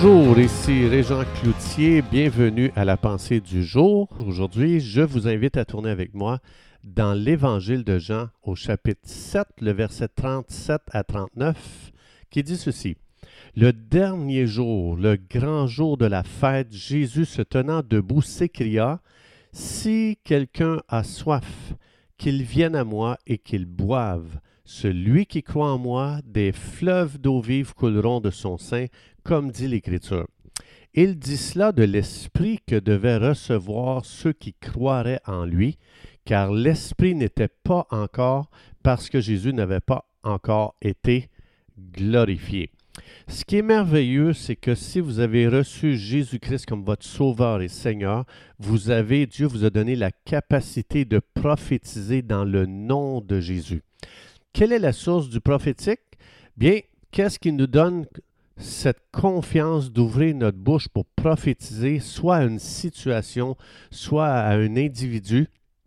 Bonjour, ici Régent Cloutier, bienvenue à la pensée du jour. Aujourd'hui, je vous invite à tourner avec moi dans l'Évangile de Jean au chapitre 7, le verset 37 à 39, qui dit ceci. Le dernier jour, le grand jour de la fête, Jésus se tenant debout s'écria, « Si quelqu'un a soif, qu'il vienne à moi et qu'il boive. Celui qui croit en moi, des fleuves d'eau vive couleront de son sein, comme dit l'Écriture. » Il dit cela de l'Esprit que devaient recevoir ceux qui croiraient en lui, car l'Esprit n'était pas encore, parce que Jésus n'avait pas encore été glorifié. Ce qui est merveilleux, c'est que si vous avez reçu Jésus-Christ comme votre Sauveur et Seigneur, Dieu vous a donné la capacité de prophétiser dans le nom de Jésus. Quelle est la source du prophétique? Bien, qu'est-ce qui nous donne cette confiance d'ouvrir notre bouche pour prophétiser soit à une situation, soit à un individu,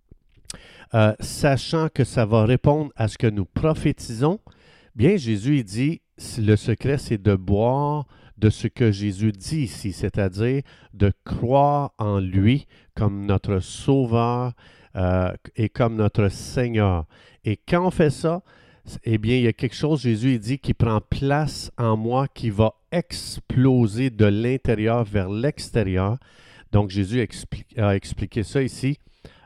sachant que ça va répondre à ce que nous prophétisons? Bien, Jésus il dit, le secret, c'est de boire de ce que Jésus dit ici, c'est-à-dire de croire en lui comme notre Sauveur et comme notre Seigneur. Et quand on fait ça, eh bien, il y a quelque chose, Jésus il dit, qui prend place en moi, qui va exploser de l'intérieur vers l'extérieur. Donc, Jésus a expliqué ça ici,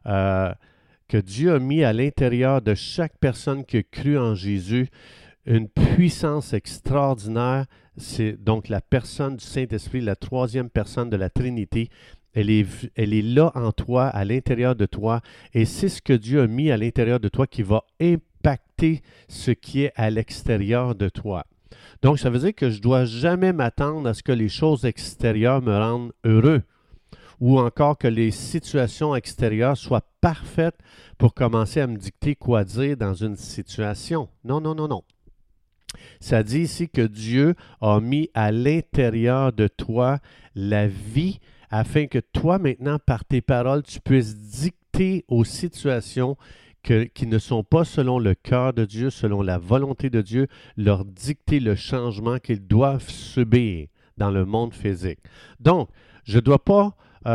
que Dieu a mis à l'intérieur de chaque personne qui a cru en Jésus une puissance extraordinaire. C'est donc la personne du Saint-Esprit, la troisième personne de la Trinité. Elle est là en toi, à l'intérieur de toi, et c'est ce que Dieu a mis à l'intérieur de toi qui va impacter ce qui est à l'extérieur de toi. Donc, ça veut dire que je ne dois jamais m'attendre à ce que les choses extérieures me rendent heureux, ou encore que les situations extérieures soient parfaites pour commencer à me dicter quoi dire dans une situation. Non, non, non, non. Ça dit ici que Dieu a mis à l'intérieur de toi la vie afin que toi, maintenant, par tes paroles, tu puisses dicter aux situations qui ne sont pas selon le cœur de Dieu, selon la volonté de Dieu, leur dicter le changement qu'ils doivent subir dans le monde physique. Donc, je ne dois pas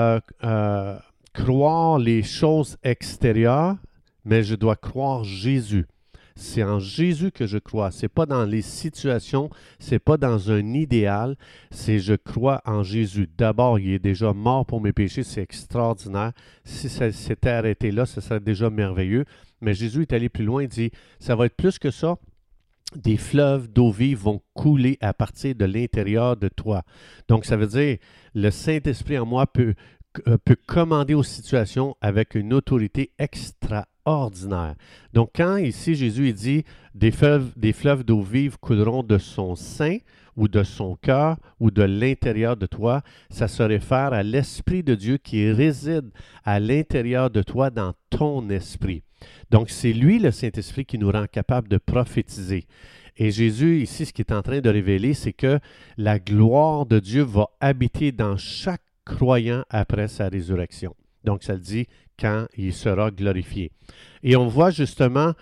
croire les choses extérieures, mais je dois croire Jésus. C'est en Jésus que je crois. Ce n'est pas dans les situations, ce n'est pas dans un idéal, c'est je crois en Jésus. D'abord, il est déjà mort pour mes péchés, c'est extraordinaire. Si ça s'était arrêté là, ce serait déjà merveilleux. Mais Jésus est allé plus loin, il dit, ça va être plus que ça. Des fleuves d'eau vive vont couler à partir de l'intérieur de toi. Donc, ça veut dire, le Saint-Esprit en moi peut commander aux situations avec une autorité extraordinaire. Donc, quand ici Jésus il dit des fleuves d'eau vive couleront de son sein ou de son cœur ou de l'intérieur de toi, ça se réfère à l'Esprit de Dieu qui réside à l'intérieur de toi dans ton esprit. Donc, c'est lui, le Saint-Esprit, qui nous rend capable de prophétiser. Et Jésus, ici, ce qu'il est en train de révéler, c'est que la gloire de Dieu va habiter dans chaque croyant après sa résurrection. Donc, ça le dit quand il sera glorifié. Et on voit justement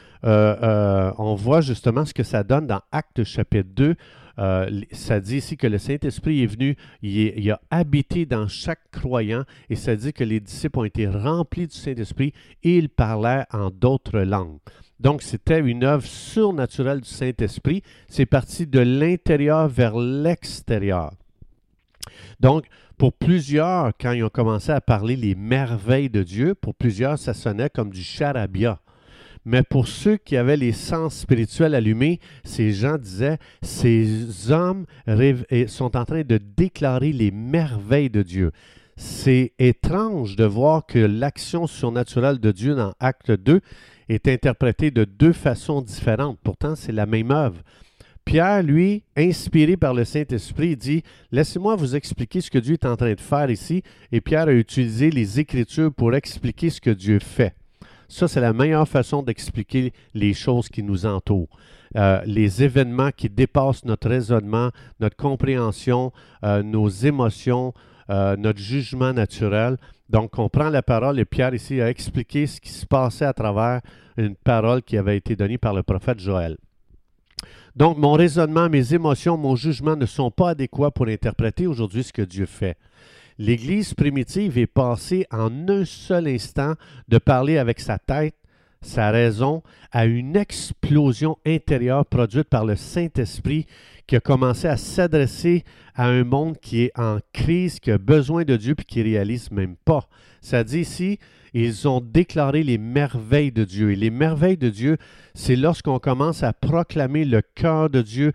ce que ça donne dans Actes chapitre 2. Ça dit ici que le Saint-Esprit est venu, il a habité dans chaque croyant, et ça dit que les disciples ont été remplis du Saint-Esprit et ils parlaient en d'autres langues. Donc, c'était une œuvre surnaturelle du Saint-Esprit. C'est parti de l'intérieur vers l'extérieur. Donc, pour plusieurs, quand ils ont commencé à parler les merveilles de Dieu, pour plusieurs, ça sonnait comme du charabia. Mais pour ceux qui avaient les sens spirituels allumés, ces gens disaient, ces hommes sont en train de déclarer les merveilles de Dieu. C'est étrange de voir que l'action surnaturelle de Dieu dans Acte 2 est interprétée de deux façons différentes. Pourtant, c'est la même œuvre. Pierre, lui, inspiré par le Saint-Esprit, dit « Laissez-moi vous expliquer ce que Dieu est en train de faire ici. » Et Pierre a utilisé les Écritures pour expliquer ce que Dieu fait. Ça, c'est la meilleure façon d'expliquer les choses qui nous entourent. Les événements qui dépassent notre raisonnement, notre compréhension, nos émotions, notre jugement naturel. Donc, on prend la parole et Pierre ici a expliqué ce qui se passait à travers une parole qui avait été donnée par le prophète Joël. Donc, mon raisonnement, mes émotions, mon jugement ne sont pas adéquats pour interpréter aujourd'hui ce que Dieu fait. L'Église primitive est passée en un seul instant de parler avec sa tête, sa raison, à une explosion intérieure produite par le Saint-Esprit qui a commencé à s'adresser à un monde qui est en crise, qui a besoin de Dieu et qui ne réalise même pas. Ça dit ici, ils ont déclaré les merveilles de Dieu. Et les merveilles de Dieu, c'est lorsqu'on commence à proclamer le cœur de Dieu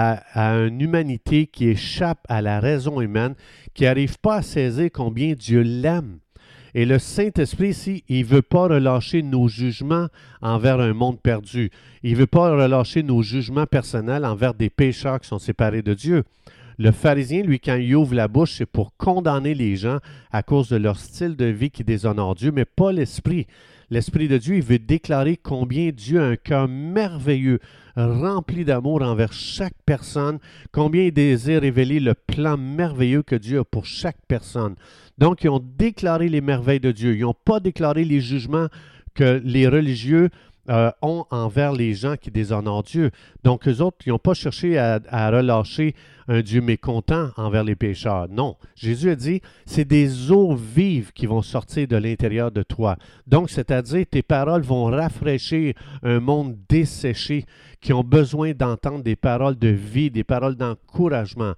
à une humanité qui échappe à la raison humaine, qui n'arrive pas à saisir combien Dieu l'aime. Et le Saint-Esprit ici, il ne veut pas relâcher nos jugements envers un monde perdu. Il ne veut pas relâcher nos jugements personnels envers des pécheurs qui sont séparés de Dieu. Le pharisien, lui, quand il ouvre la bouche, c'est pour condamner les gens à cause de leur style de vie qui déshonore Dieu, mais pas l'Esprit. L'Esprit de Dieu, il veut déclarer combien Dieu a un cœur merveilleux, rempli d'amour envers chaque personne, combien il désire révéler le plan merveilleux que Dieu a pour chaque personne. Donc, ils ont déclaré les merveilles de Dieu. Ils n'ont pas déclaré les jugements que les religieux ont envers les gens qui déshonorent Dieu. Donc, eux autres, ils n'ont pas cherché à relâcher un Dieu mécontent envers les pécheurs. Non. Jésus a dit, c'est des eaux vives qui vont sortir de l'intérieur de toi. Donc, c'est-à-dire, tes paroles vont rafraîchir un monde desséché qui ont besoin d'entendre des paroles de vie, des paroles d'encouragement.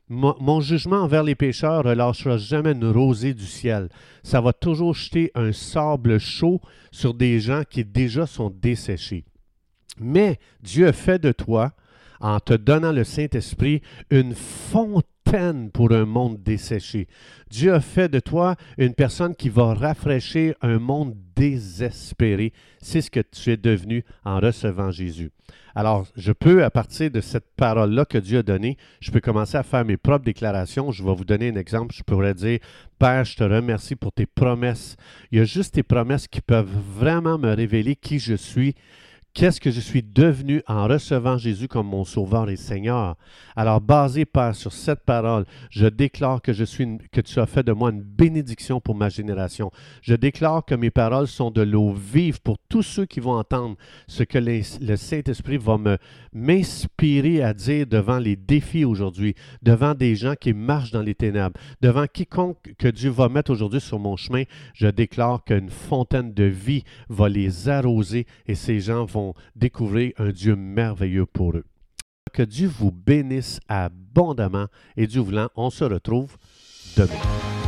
Mon jugement envers les pécheurs ne relâchera jamais une rosée du ciel. Ça va toujours jeter un sable chaud sur des gens qui déjà sont desséchés. Mais Dieu a fait de toi, en te donnant le Saint-Esprit, une fontaine pour un monde desséché. Dieu a fait de toi une personne qui va rafraîchir un monde désespéré. C'est ce que tu es devenu en recevant Jésus. Alors, je peux, à partir de cette parole-là que Dieu a donnée, je peux commencer à faire mes propres déclarations. Je vais vous donner un exemple. Je pourrais dire, Père, je te remercie pour tes promesses. Il y a juste tes promesses qui peuvent vraiment me révéler qui je suis. Qu'est-ce que je suis devenu en recevant Jésus comme mon Sauveur et Seigneur? Alors, basé, Père, sur cette parole, je déclare que tu as fait de moi une bénédiction pour ma génération. Je déclare que mes paroles sont de l'eau vive pour tous ceux qui vont entendre ce que le Saint-Esprit va m'inspirer à dire devant les défis aujourd'hui, devant des gens qui marchent dans les ténèbres, devant quiconque que Dieu va mettre aujourd'hui sur mon chemin. Je déclare qu'une fontaine de vie va les arroser et ces gens vont découvrir un Dieu merveilleux pour eux. Que Dieu vous bénisse abondamment et Dieu voulant, on se retrouve demain.